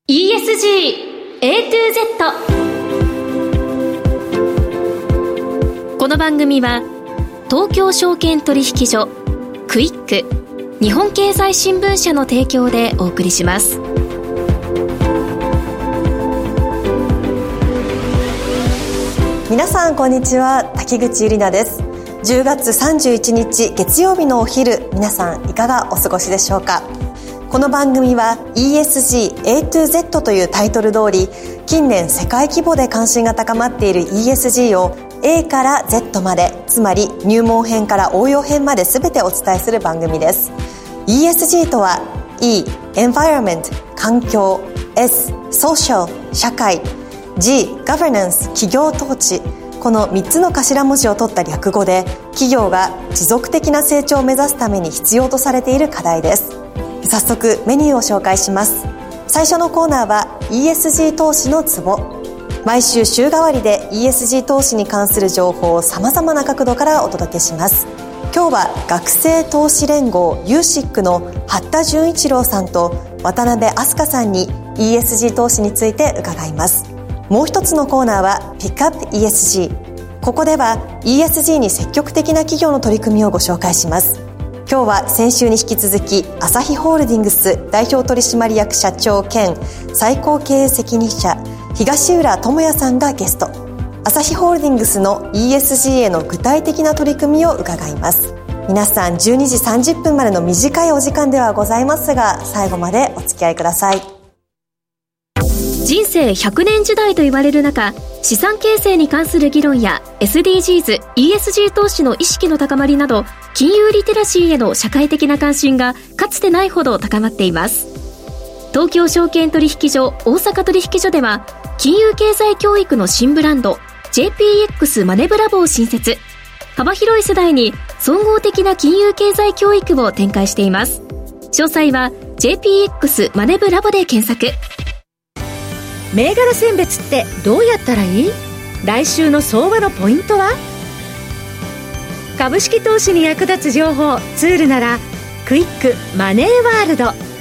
ESG A to Z。 この番組は東京証券取引所、クイック、日本経済新聞社の提供でお送りします。 皆さんこんにちは、滝口ゆりなです。10月31日月曜日のお昼、皆さんいかがお過ごしでしょうか。この番組は ESG A to Z というタイトル通り、近年世界規模で関心が高まっている ESG を A から Z まで、つまり入門編から応用編まで全てお伝えする番組です。 ESG とは E、Environment、環境、S、Social、社会、G、Governance、企業統治、この3つの頭文字を取った略語で、企業が持続的な成長を目指すために必要とされている課題です。早速メニューを紹介します。最初のコーナーは ESG 投資のツボ。毎週週替わりで ESG 投資に関する情報をさまざまな角度からお届けします。今日は学生投資連合 USIC の八田純一郎さんと渡辺飛鳥さんに ESG 投資について伺います。もう一つのコーナーは Pick Up ESG。 ここでは ESG に積極的な企業の取り組みをご紹介します。今日は先週に引き続き、アサヒホールディングス代表取締役社長兼最高経営責任者、東浦智也さんがゲスト。アサヒホールディングスの ESG への具体的な取り組みを伺います。皆さん12時30分までの短いお時間ではございますが、最後までお付き合いください。 人生100年時代と言われる中、資産形成に関する議論や SDGs、ESG 投資の意識の高まりなど、金融リテラシーへの社会的な関心がかつてないほど高まっています。東京証券取引所、大阪取引所では、金融経済教育の新ブランド JPX マネブラボを新設。幅広い世代に総合的な金融経済教育を展開しています。詳細は JPX マネブラボで検索。 銘柄選別ってどうやったらいい？来週の相場のポイントは？株式投資に役立つ情報ツールならクイックマネーワールド。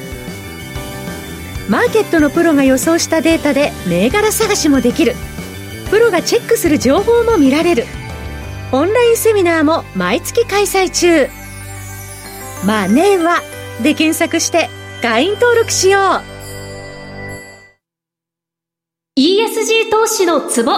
マーケットのプロが予想したデータで銘柄探しもできる。プロがチェックする情報も見られる。オンラインセミナーも毎月開催中。マネーワで検索して会員登録しよう。 ESG 投資のツボ。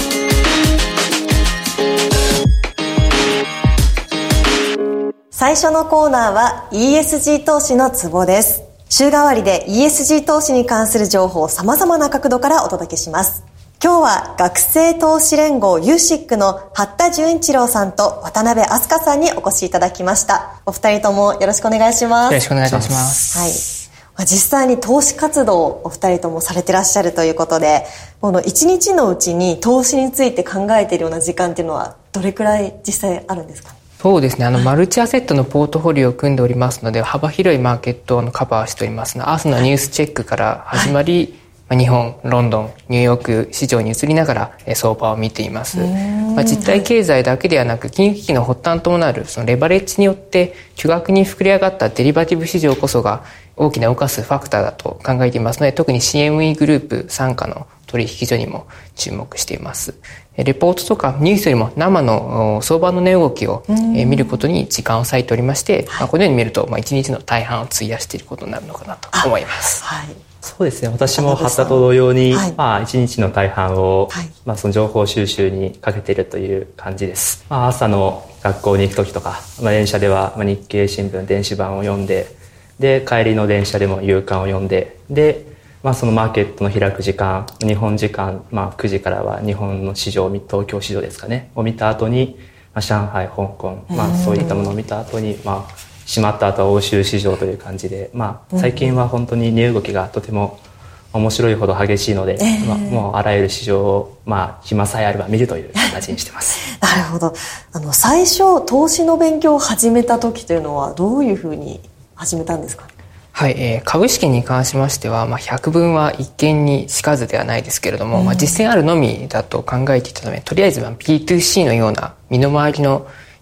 最初のコーナーは ESG 投資のツボです。週替わりで ESG 投資に関する情報をさまざまな角度からお届けします。今日は学生投資連合 USIC の八田純一郎さんと渡辺飛鳥さんにお越しいただきました。お二人ともよろしくお願いします。 よろしくお願いいたします。 はい。実際に投資活動をお二人ともされてらっしゃるということで、この一日のうちに投資について考えているような時間っていうのはどれくらい実際あるんですか？ そうですね。マルチアセットのポートフォリオを組んでおりますので、幅広いマーケットをカバーしておりますので、朝のニュースチェックから始まり、日本、ロンドン、ニューヨーク市場に移りながら相場を見ています。実体経済だけではなく、金融危機の発端となるそのレバレッジによって巨額に膨れ上がったデリバティブ市場こそが大きな動かすファクターだと考えていますので、特に CME グループ傘下の取引所にも注目しています。レポートとかニュースよりも生の相場の値動きを見ることに時間を割いておりまして、このように見ると一日の大半を費やしていることになるのかなと思います。 はい。 そうですね。私も八田と同様に、一日の大半を、その情報収集にかけているという感じです。朝の学校に行く時とか、電車では日経新聞電子版を読んで、で帰りの電車でも夕刊を読んで、でそのマーケットの開く時間、日本時間、9時からは日本の市場、東京市場ですかね、を見た後に、上海、香港、そういったものを見た後に、閉まった後は欧州市場という感じで、最近は本当に値動きがとても面白いほど激しいので、もうあらゆる市場を、暇さえあれば見るという形にしてます。 なるほど。最初、投資の勉強を始めた時というのは、どういうふうに始めたんですか？ はい、株式に関しましては、百聞は一見にしかずではないですけれども、実践あるのみだと考えていたため、とりあえず B2C のような身の回りの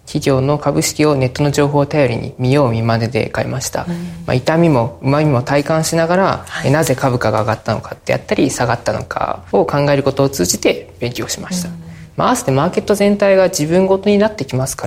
企業の株式をネットの情報を頼りに見よう見まねで買いました。痛みも旨みも体感しながら、なぜ株価が上がったのかってやったり下がったのかを考えることを通じて勉強しました。合わせてマーケット全体が自分ごとになってきますから、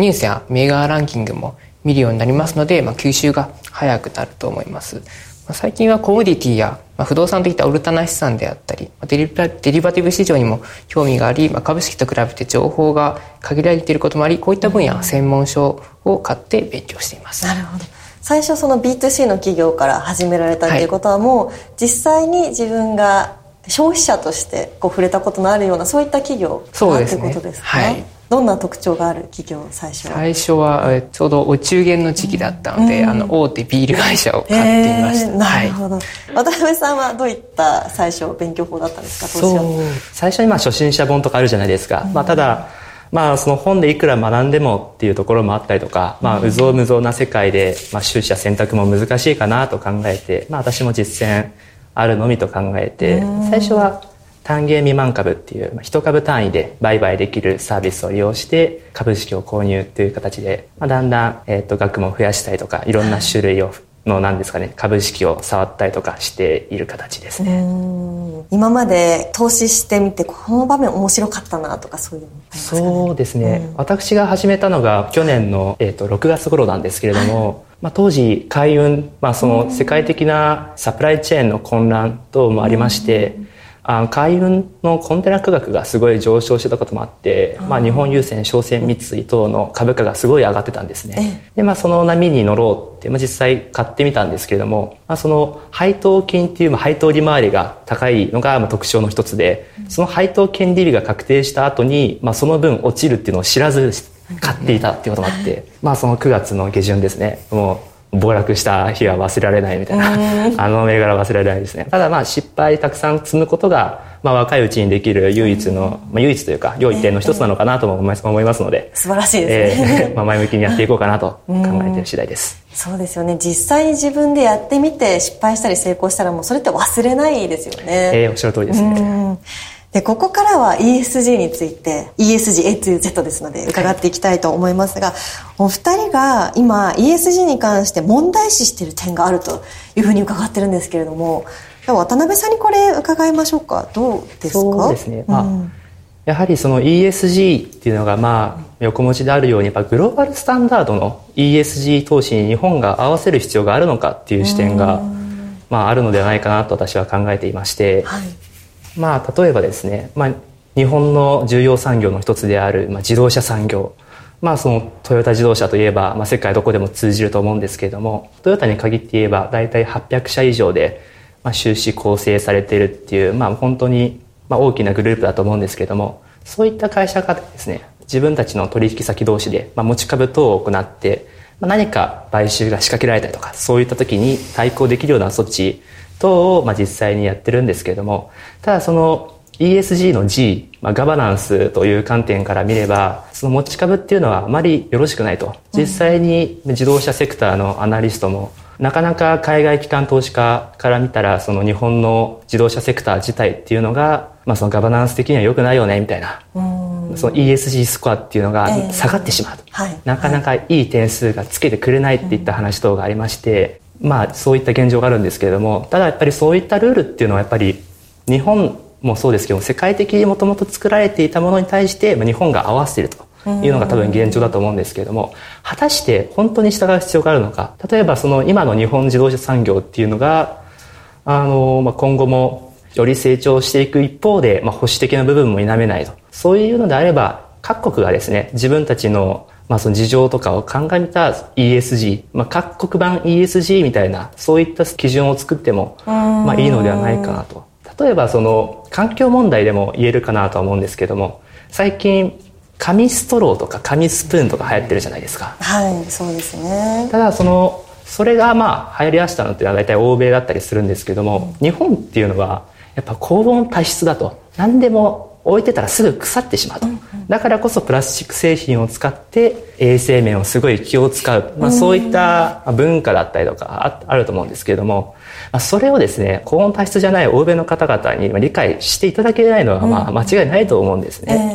ニュースや銘柄ランキングも見るようになりますので、吸収が早くなると思います。最近はコモディティや不動産といったオルタナ資産であったり、デリバティブ市場にも興味があり、株式と比べて情報が限られていることもあり、こういった分野専門書を買って勉強しています。 なるほど。最初その B2C の企業から始められたということは、もう実際に自分が消費者として触れたことのあるようなそういった企業ということですか？はい。どんな特徴がある企業最初はちょうどお中元の時期だったので、大手ビール会社を買っていました。 なるほど。渡辺さんはどういった最初勉強法だったんですか？ 最初に初心者本とかあるじゃないですか。ただその本でいくら学んでもっていうところもあったりとか、有象無象な世界で、取捨選択も難しいかなと考えて、私も実践あるのみと考えて、最初は単元未満株っていう一株単位で売買できるサービスを利用して株式を購入という形で、だんだん、額も増やしたりとか、いろんな種類の何ですかね、株式を触ったりとかしている形ですね。 今まで投資してみてこの場面面白かったなとかそういうのありますかね？ そうですね、私が始めたのが去年の、6月頃なんですけれども、当時海運、その世界的なサプライチェーンの混乱等もありまして、海運のコンテナ価格がすごい上昇してたこともあって、日本郵船、商船三井等の株価がすごい上がってたんですね。で、その波に乗ろうって、実際買ってみたんですけれども、その配当金っていう配当利回りが高いのが特徴の一つで、その配当権利日が確定した後に、その分落ちるっていうのを知らず買っていたっていうことがあって、その9月の下旬ですね、もう暴落した日は忘れられないみたいな銘柄は忘れられないですね。ただ失敗たくさん積むことが、若いうちにできる唯一というか良い点の一つなのかなとも思いますので、 素晴らしいですね。 前向きにやっていこうかなと考えている次第です。 そうですよね。実際に自分でやってみて失敗したり成功したらもうそれって忘れないですよね。 おっしゃる通りですね。 で、ここからは ESG について ESG A to Z ですので伺っていきたいと思いますが、お二人が今 ESG に関して問題視している点があるというふうに伺ってるんですけれども、渡辺さんにこれ伺いましょうか。どうですか？ そうですね、やはりその ESG っていうのが横文字であるように、やっぱグローバルスタンダードの ESG 投資に日本が合わせる必要があるのかっていう視点があるのではないかなと私は考えていまして、例えばですね、日本の重要産業の一つである、自動車産業、そのトヨタ自動車といえば、世界どこでも通じると思うんですけれども、トヨタに限って言えば大体800社以上で、収支構成されているっていう、本当に、大きなグループだと思うんですけれども、そういった会社がですね、自分たちの取引先同士で、持ち株等を行って、何か買収が仕掛けられたりとか、そういった時に対抗できるような措置等を実際にやってるんですけれども、ただその ESG の G、ガバナンスという観点から見れば、その持ち株っていうのはあまりよろしくないと。実際に自動車セクターのアナリストも、なかなか海外機関投資家から見たら、その日本の自動車セクター自体っていうのが、そのガバナンス的には良くないよねみたいな、その ESG スコアっていうのが下がってしまうと、なかなかいい点数がつけてくれないっていった話等がありまして、そういった現状があるんですけれども、ただやっぱりそういったルールっていうのはやっぱり日本もそうですけど、世界的にもともと作られていたものに対して日本が合わせているというのが多分現状だと思うんですけれども、果たして本当に従う必要があるのか。例えばその今の日本自動車産業っていうのが今後もより成長していく一方で、保守的な部分も否めないと。そういうのであれば各国がですね、自分たちのその事情とかを鑑みた ESG、各国版 ESG みたいなそういった基準を作ってもいいのではないかなと。例えばその環境問題でも言えるかなとは思うんですけども、最近紙ストローとか紙スプーンとか流行ってるじゃないですか。 はい、そうですね。 ただそれが流行りだしたのっていうのは大体欧米だったりするんですけども、日本っていうのはやっぱ高温多湿だと。何でも置いてたらすぐ腐ってしまうと。だからこそプラスチック製品を使って衛生面をすごい気を使う。そういった文化だったりとかあると思うんですけれども、それをですね、高温多湿じゃない欧米の方々に理解していただけないのは間違いないと思うんですね。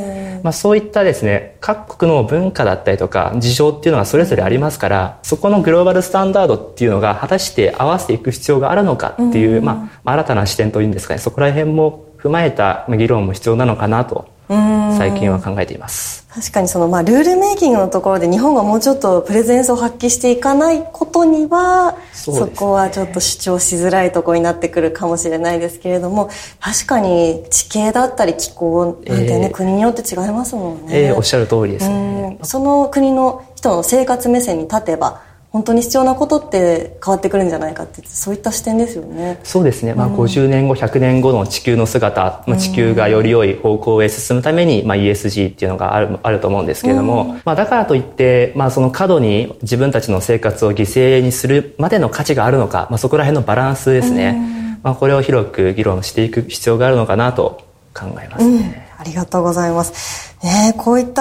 そういったですね、各国の文化だったりとか事情っていうのがそれぞれありますから、そこのグローバルスタンダードっていうのが果たして合わせていく必要があるのかっていう、新たな視点というんですかね、そこら辺も踏まえた議論も必要なのかなと最近は考えています。 確かにルールメイキングのところで日本がもうちょっとプレゼンスを発揮していかないことには、そこはちょっと主張しづらいところになってくるかもしれないですけれども、確かに地形だったり気候なんてね、国によって違いますもんね。 おっしゃる通りですね。 その国の人の生活目線に立てば本当に必要なことって変わってくるんじゃないかって、そういった視点ですよね。 そうですね、50年後100年後の地球の姿、地球がより良い方向へ進むために、ESG っていうのがあると思うんですけれども、だからといって、その過度に自分たちの生活を犠牲にするまでの価値があるのか、そこら辺のバランスですね、これを広く議論していく必要があるのかなと考えますね。 ありがとうございます。こういった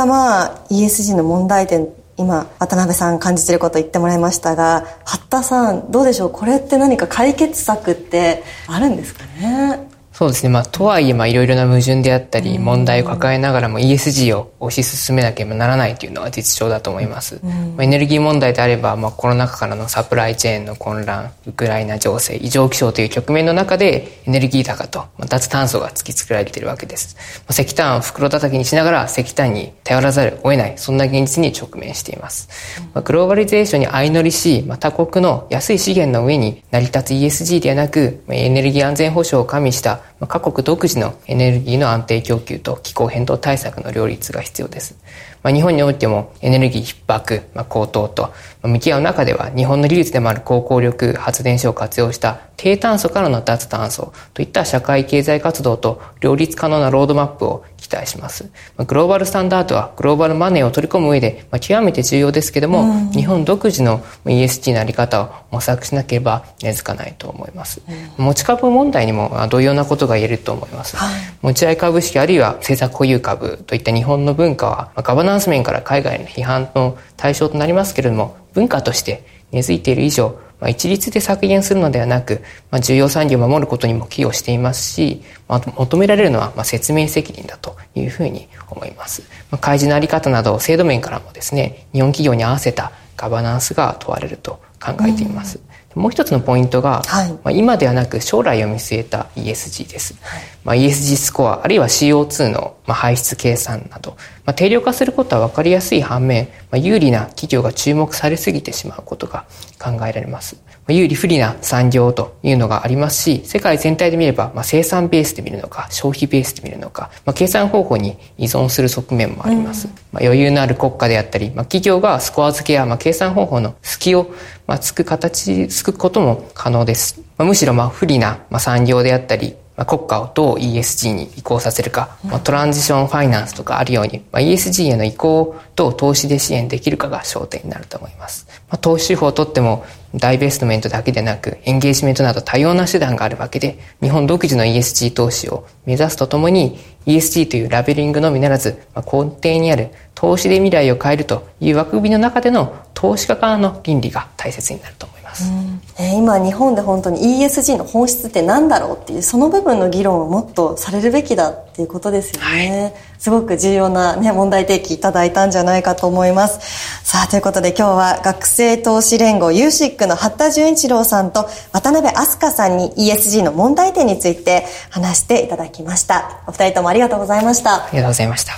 ESG の問題点、今渡辺さん感じていること言ってもらいましたが、八田さんどうでしょう、これって何か解決策ってあるんですかね。 そうですね。とはいえ、いろいろな矛盾であったり、問題を抱えながらも ESG を推し進めなければならないというのは実情だと思います。エネルギー問題であれば、コロナ禍からのサプライチェーンの混乱、ウクライナ情勢、異常気象という局面の中で、エネルギー高と脱炭素が突きつけられているわけです。石炭を袋叩きにしながら石炭に頼らざるを得ない、そんな現実に直面しています。グローバリゼーションに相乗りし、他国の安い資源の上に成り立つ ESG ではなく、エネルギー安全保障を加味した各国独自のエネルギーの安定供給と気候変動対策の両立が必要です。日本においてもエネルギー逼迫、高騰と向き合う中では、日本の技術でもある高効力発電所を活用した低炭素からの脱炭素といった社会経済活動と両立可能なロードマップを期待します。グローバルスタンダードはグローバルマネーを取り込む上で極めて重要ですけども、日本独自の ESG のあり方を模索しなければ根付かないと思います。持ち株問題にも同様なことが言えると思います。持ち合い株式あるいは政策保有株といった日本の文化は、ガバナンス面から海外の批判の対象となりますけれども、文化として根付いている以上、一律で削減するのではなく、重要産業を守ることにも寄与していますし、求められるのは説明責任だというふうに思います。開示のあり方など制度面からもですね、日本企業に合わせたガバナンスが問われると考えています。もう一つのポイントが、今ではなく将来を見据えた ESG です。ESG スコアあるいは CO2 の排出計算など、定量化することは分かりやすい反面、有利な企業が注目されすぎてしまうことが考えられます。有利不利な産業というのがありますし、世界全体で見れば、生産ベースで見るのか消費ベースで見るのか、計算方法に依存する側面もあります。余裕のある国家であったり、企業がスコア付けや計算方法の隙をつくことも可能です。むしろ不利な産業であったり、国家をどう ESG に移行させるか、トランジションファイナンスとかあるように、ESG への移行をどう投資で支援できるかが焦点になると思います。投資手法をとってもダイベストメントだけでなくエンゲージメントなど多様な手段があるわけで、日本独自の ESG 投資を目指すとともに ESG というラベリングのみならず、根底にある投資で未来を変えるという枠組みの中での投資家からの倫理が大切になると思います。 今日本で本当に ESG の本質って何だろうっていう、その部分の議論をもっとされるべきだっていうことですよね。すごく重要な、問題提起いただいたんじゃないかと思います。さあ、ということで今日は学生投資連合 USIC の八田純一郎さんと渡辺飛鳥さんに ESG の問題点について話していただきました。お二人ともありがとうございました。 ありがとうございました。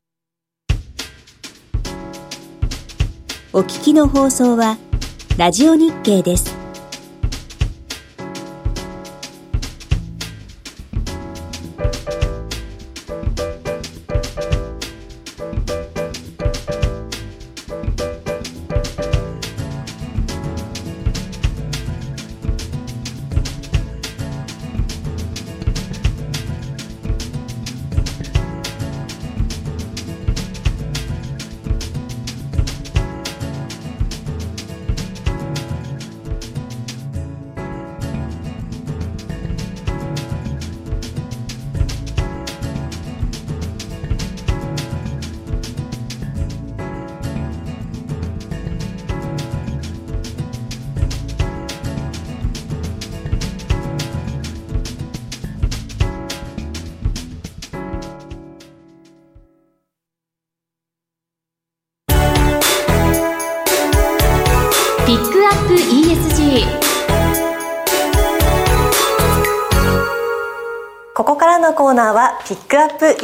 お聞きの放送はラジオ日経です。 からのコーナーはピックアップ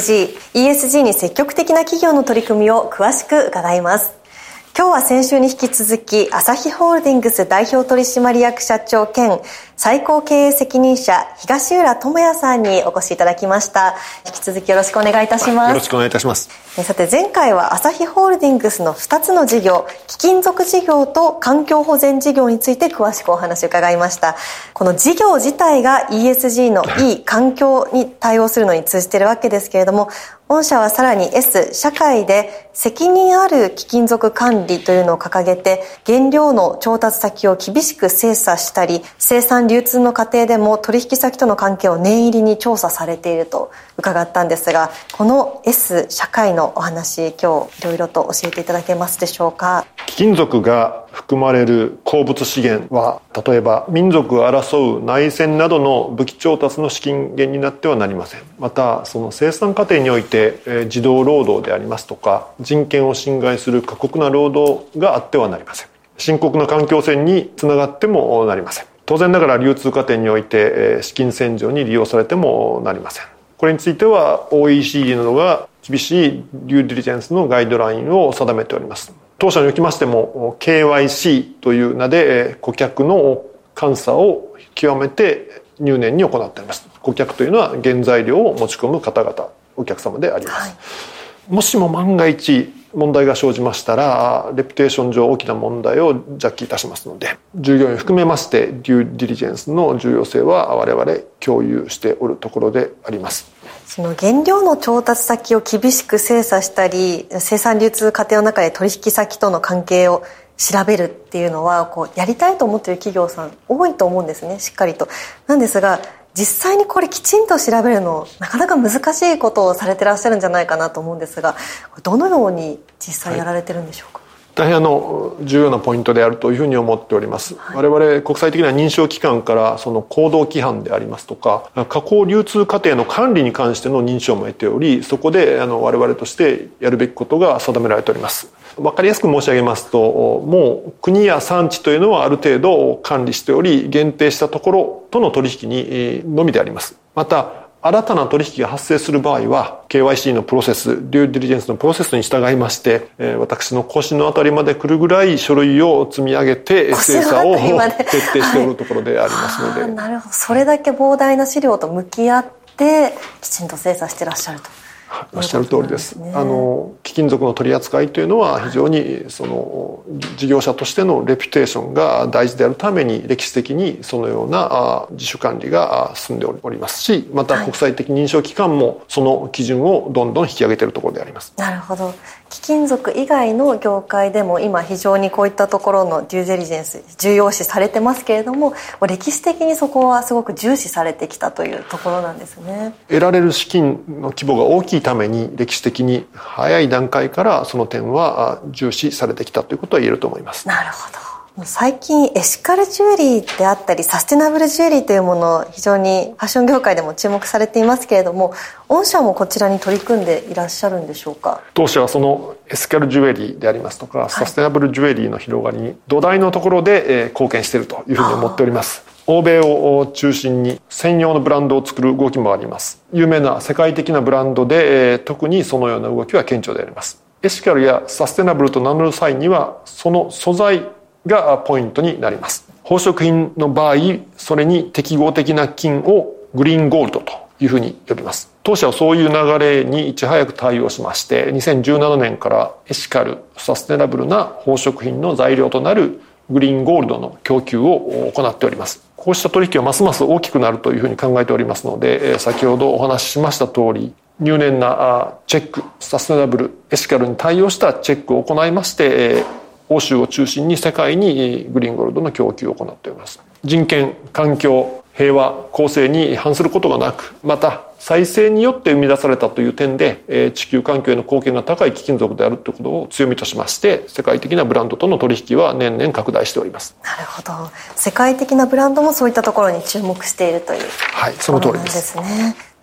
ESG に積極的な企業の取り組みを詳しく伺います。今日は先週に引き続きアサヒホールディングス代表取締役社長兼最高経営責任者東浦智也さんにお越しいただきました。引き続きよろしくお願いいたします。 よろしくお願いいたします。 さて前回はアサヒホールディングスの2つの事業、貴金属事業と環境保全事業について詳しくお話を伺いました。この事業自体が ESG のいい環境に対応するのに通じているわけですけれども、御社はさらに S 社会で責任ある貴金属管理というのを掲げて、原料の調達先を厳しく精査したり、生産流通の過程でも取引先との関係を念入りに調査されていると伺ったんですが、この S 社会のお話、今日いろいろと教えていただけますでしょうか。 貴金属が含まれる鉱物資源は、例えば民族を争う内戦などの武器調達の資金源になってはなりません。またその生産過程において児童労働でありますとか、人権を侵害する過酷な労働があってはなりません。深刻な環境汚染につながってもなりません。当然ながら流通過程において資金洗浄に利用されてもなりません。これについては OECD などが厳しいデューディリジェンスのガイドラインを定めております。当社におきましても KYC という名で顧客の監査を極めて入念に行っております。顧客というのは原材料を持ち込む方々、お客様であります。はい、もしも万が一問題が生じましたら、レプテーション上大きな問題をジャッキいたしますので、従業員を含めましてデューディリジェンスの重要性は我々共有しておるところであります。 その原料の調達先を厳しく精査したり、生産流通過程の中で取引先との関係を調べるっていうのはやりたいと思っている企業さん多いと思うんですね、しっかりと。なんですが、実際にこれきちんと調べるのなかなか難しいことをされてらっしゃるんじゃないかなと思うんですが、どのように実際やられてるんでしょうか。 大変重要なポイントであるというふうに思っております。我々国際的な認証機関からその行動規範でありますとか、加工流通過程の管理に関しての認証も得ており、そこで我々としてやるべきことが定められております。わかりやすく申し上げますと、もう国や産地というのはある程度管理しており、限定したところとの取引にのみであります。また新たな取引が発生する場合は KYC のプロセス、デューディリジェンスのプロセスに従いまして、私の腰のあたりまで来るぐらい書類を積み上げて精査を徹底しておるところでありますので、 はい、なるほど。それだけ膨大な資料と向き合ってきちんと精査してらっしゃると。 おっしゃる通りです。貴金属の取り扱いというのは非常にその事業者としてのレピュテーションが大事であるために、歴史的にそのような自主管理が進んでおりますし、また国際的認証機関もその基準をどんどん引き上げているところであります。 なるほど。貴金属以外の業界でも今非常にこういったところのデューディリジェンス重要視されてますけれども、歴史的にそこはすごく重視されてきたというところなんですね。 得られる資金の規模が大きいために、歴史的に早い段階からその点は重視されてきたということは言えると思います。 なるほど。最近エシカルジュエリーであったりサステナブルジュエリーというもの、非常にファッション業界でも注目されていますけれども、御社もこちらに取り組んでいらっしゃるんでしょうか。 当社はそのエシカルジュエリーでありますとか、サステナブルジュエリーの広がりに土台のところで貢献しているというふうに思っております。欧米を中心に専用のブランドを作る動きもあります。有名な世界的なブランドで特にそのような動きは顕著であります。エシカルやサステナブルと名乗る際にはその素材がポイントになります。宝飾品の場合、それに適合的な金をグリーンゴールドというふうに呼びます。当社はそういう流れにいち早く対応しまして、2017年からエシカル、サステナブルな宝飾品の材料となるグリーンゴールドの供給を行っております。こうした取引はますます大きくなるというふうに考えておりますので、先ほどお話ししました通り、入念なチェック、サステナブル、エシカルに対応したチェックを行いまして、欧州を中心に世界にグリーンゴールドの供給を行っております。人権、環境、平和、公正に反することがなく、また再生によって生み出されたという点で、地球環境への貢献が高い貴金属であるということを強みとしまして、世界的なブランドとの取引は年々拡大しております。 なるほど。世界的なブランドもそういったところに注目しているという、 はい、その通りです。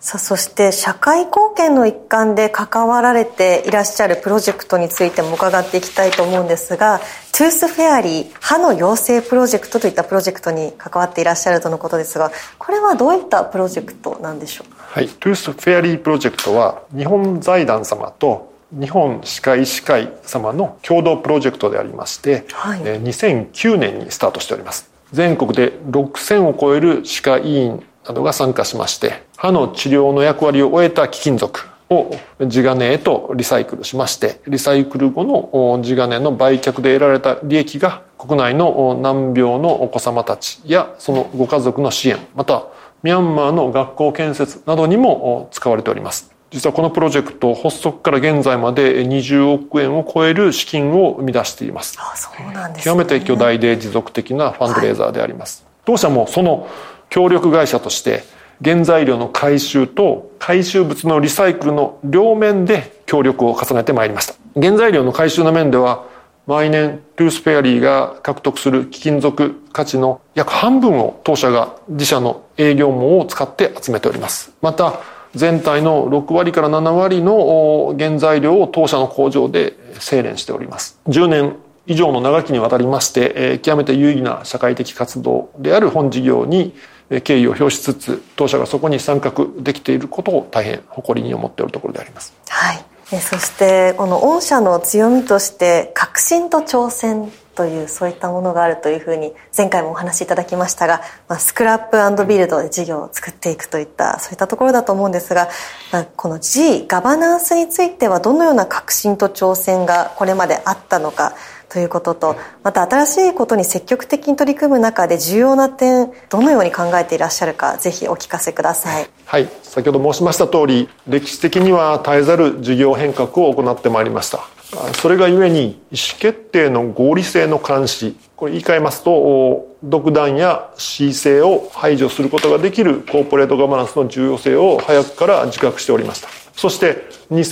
さあ、そして社会貢献の一環で関わられていらっしゃるプロジェクトについても伺っていきたいと思うんですが、トゥースフェアリー歯の養成プロジェクトといったプロジェクトに関わっていらっしゃるとのことですが、これはどういったプロジェクトなんでしょうか？ はい、トゥースフェアリープロジェクトは日本財団様と日本歯科医師会様の共同プロジェクトでありまして、はい、2009年にスタートしております。全国で6000を超える歯科医院などが参加しまして、歯の治療の役割を終えた貴金属を地金へとリサイクルしまして、リサイクル後の地金の売却で得られた利益が国内の難病のお子様たちやそのご家族の支援、またミャンマーの学校建設などにも使われております。実はこのプロジェクト、発足から現在まで20億円を超える資金を生み出しています。 そうなんですね。 極めて巨大で持続的なファンドレーザーであります。はい、当社もその協力会社として原材料の回収と回収物のリサイクルの両面で協力を重ねてまいりました。原材料の回収の面では毎年トゥースフェアリーが獲得する貴金属価値の約半分を当社が自社の営業網を使って集めております。また全体の6割から7割の原材料を当社の工場で精錬しております。10年以上の長きにわたりまして、極めて有意義な社会的活動である本事業に敬意を表しつつ、当社がそこに参画できていることを大変誇りに思っているところであります。 はい。そしてこの御社の強みとして革新と挑戦というそういったものがあるというふうに前回もお話しいただきましたが、スクラップ&ビルドで事業を作っていくといったそういったところだと思うんですが、この G ガバナンスについてはどのような革新と挑戦がこれまであったのかということと、また新しいことに積極的に取り組む中で重要な点、どのように考えていらっしゃるか、ぜひお聞かせください。 はい、先ほど申しました通り、歴史的には絶えざる事業変革を行ってまいりました。それがゆえに意思決定の合理性の監視、これ言い換えますと、独断や恣意性を排除することができるコーポレートガバナンスの重要性を早くから自覚しておりました。そして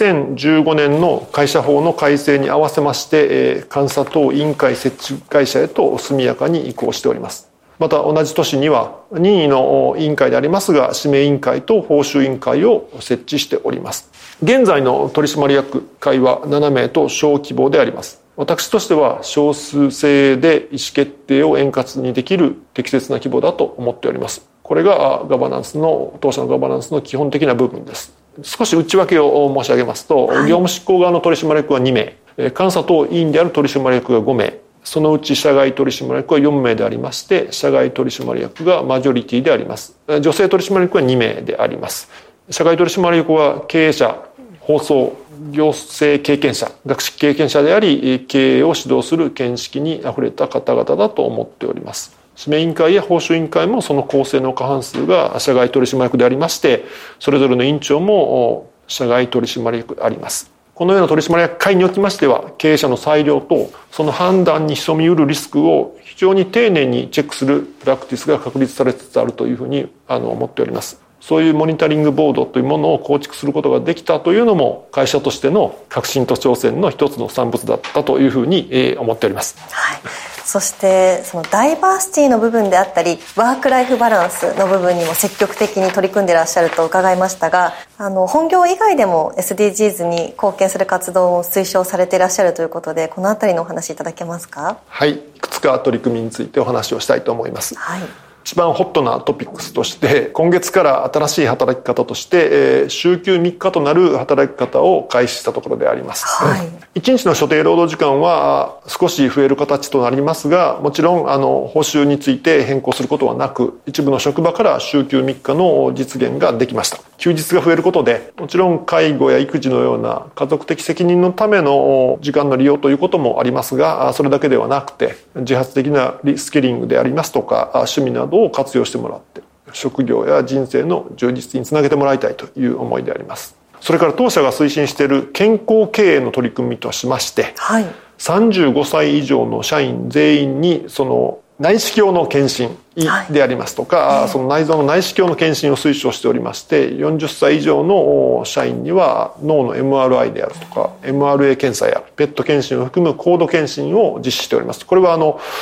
2015年の会社法の改正に合わせまして監査等委員会設置会社へと速やかに移行しております。また同じ年には任意の委員会でありますが指名委員会と報酬委員会を設置しております。現在の取締役会は7名と小規模であります。私としては少数制で意思決定を円滑にできる適切な規模だと思っております。これがガバナンスの当社のガバナンスの基本的な部分です。少し内訳を申し上げますと、業務執行側の取締役は2名、監査等委員である取締役が5名、そのうち社外取締役は4名でありまして、社外取締役がマジョリティであります。女性取締役は2名であります。社外取締役は経営者、放送、行政経験者、学識経験者であり、経営を指導する見識にあふれた方々だと思っております。指名委員会や報酬委員会もその構成の過半数が社外取締役でありまして、それぞれの委員長も社外取締役であります。このような取締役会におきましては、経営者の裁量とその判断に潜みうるリスクを非常に丁寧にチェックするプラクティスが確立されつつあるというふうに思っております。そういうモニタリングボードというものを構築することができたというのも会社としての革新と挑戦の一つの産物だったというふうに思っております。 はい。そしてそのダイバーシティの部分であったりワークライフバランスの部分にも積極的に取り組んでいらっしゃると伺いましたが、本業以外でも SDGs に貢献する活動を推奨されていらっしゃるということで、このあたりのお話いただけますか？ はい、いくつか取り組みについてお話をしたいと思います。はい。一番ホットなトピックスとして今月から新しい働き方として週休3日となる働き方を開始したところであります。はい、1日の所定労働時間は少し増える形となりますが、もちろん報酬について変更することはなく、一部の職場から週休3日の実現ができました。休日が増えることでもちろん介護や育児のような家族的責任のための時間の利用ということもありますが、それだけではなくて自発的なリスキリングでありますとか趣味などを活用してもらって職業や人生の充実につなげてもらいたいという思いであります。それから当社が推進している健康経営の取り組みとしまして、はい、35歳以上の社員全員にその内視鏡の検診でありますとか、はい、その内臓の内視鏡の検診を推奨しておりまして、40歳以上の社員には脳の MRI であるとか MRA 検査やペット検診を含む高度検診を実施しております。これは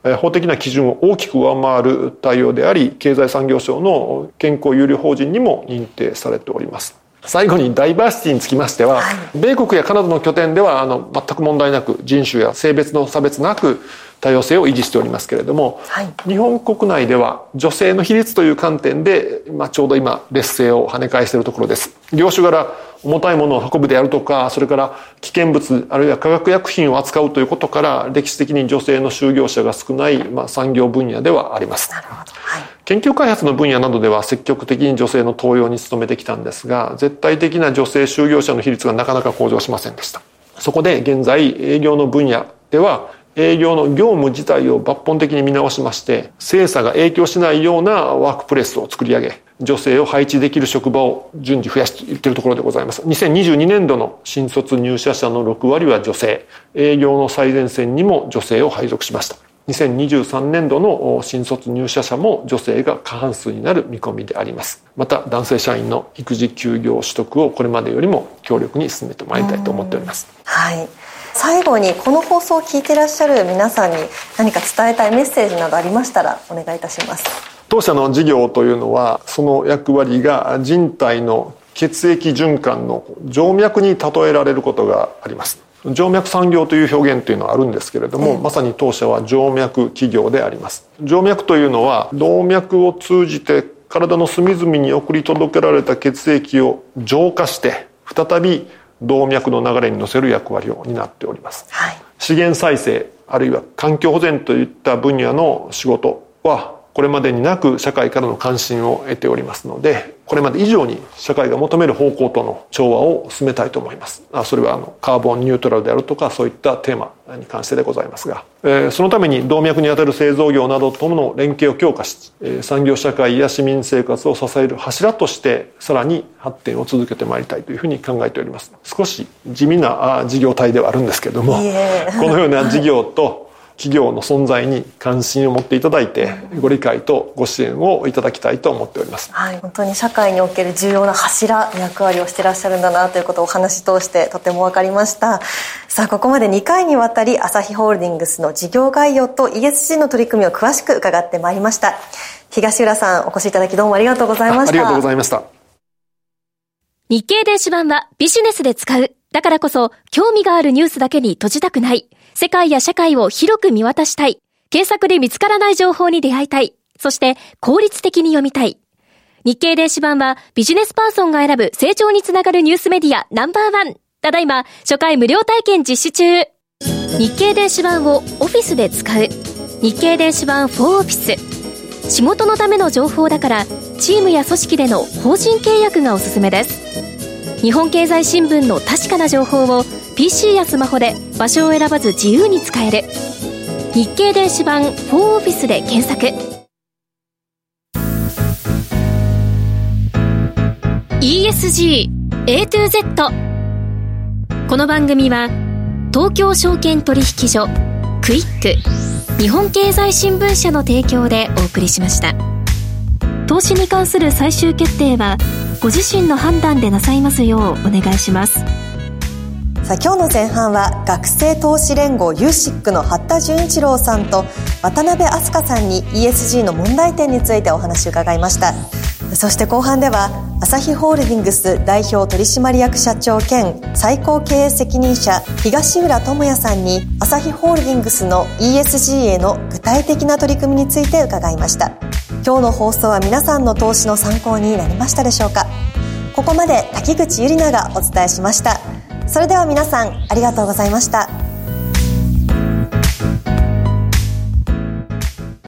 法的な基準を大きく上回る対応であり、経済産業省の健康優良法人にも認定されております。最後にダイバーシティにつきましては、米国やカナダの拠点では全く問題なく、人種や性別の差別なく多様性を維持しておりますけれども、日本国内では女性の比率という観点で、ちょうど今劣勢を跳ね返しているところです。業種柄重たいものを運ぶであるとか、それから危険物あるいは化学薬品を扱うということから、歴史的に女性の就業者が少ない、産業分野ではあります。なるほど。研究開発の分野などでは積極的に女性の登用に努めてきたんですが、絶対的な女性就業者の比率がなかなか向上しませんでした。そこで現在営業の分野では、営業の業務自体を抜本的に見直しまして、性差が影響しないようなワークプレスを作り上げ、女性を配置できる職場を順次増やしていっているところでございます。2022年度の新卒入社者の6割は女性、営業の最前線にも女性を配属しました。2023年度の新卒入社者も女性が過半数になる見込みであります。また男性社員の育児休業取得をこれまでよりも強力に進めてまいりたいと思っております。 はい。最後にこの放送を聞いていらっしゃる皆さんに何か伝えたいメッセージなどありましたらお願いいたします。 当社の事業というのは、その役割が人体の血液循環の静脈に例えられることがあります。静脈産業という表現というのはあるんですけれども、まさに当社は静脈企業であります。静脈というのは動脈を通じて体の隅々に送り届けられた血液を浄化して再び動脈の流れに乗せる役割を担っております。資源再生あるいは環境保全といった分野の仕事はこれまでになく社会からの関心を得ておりますので、これまで以上に社会が求める方向との調和を進めたいと思います。それはカーボンニュートラルであるとか、そういったテーマに関してでございますが、そのために動脈にあたる製造業などとの連携を強化し、産業社会や市民生活を支える柱としてさらに発展を続けてまいりたいというふうに考えております。少し地味な事業体ではあるんですけれども、このような事業と企業の存在に関心を持っていただいて、ご理解とご支援をいただきたいと思っております。 本当に社会における重要な柱の役割をしていらっしゃるんだなということをお話通してとても分かりました。さあ、ここまで2回にわたりアサヒホールディングスの事業概要と ESG の取り組みを詳しく伺ってまいりました。東浦さん、お越しいただきどうもありがとうございました。 ありがとうございました。 日経電子版はビジネスで使う。だからこそ興味があるニュースだけに閉じたくない。世界や社会を広く見渡したい。検索で見つからない情報に出会いたい。そして効率的に読みたい。日経電子版はビジネスパーソンが選ぶ成長につながるニュースメディアNo.1。ただいま初回無料体験実施中。日経電子版をオフィスで使う。日経電子版4オフィス。仕事のための情報だからチームや組織での法人契約がおすすめです。日本経済新聞の確かな情報を PC やスマホで場所を選ばず自由に使える。日経電子版4オフィスで検索。 ESG A to Z。 この番組は東京証券取引所、クイック、日本経済新聞社の提供でお送りしました。投資に関する最終決定はご自身の判断でなさいますようお願いします。 さあ、今日の前半は学生投資連合 USIC の八田純一郎さんと渡辺飛鳥さんに ESG の問題点についてお話を伺いました。そして後半ではアサヒホールディングス代表取締役社長兼最高経営責任者東浦智也さんにアサヒホールディングスの ESG への具体的な取り組みについて伺いました。今日の放送は皆さんの投資の参考になりましたでしょうか。ここまで滝口ゆりながお伝えしました。それでは皆さんありがとうございました。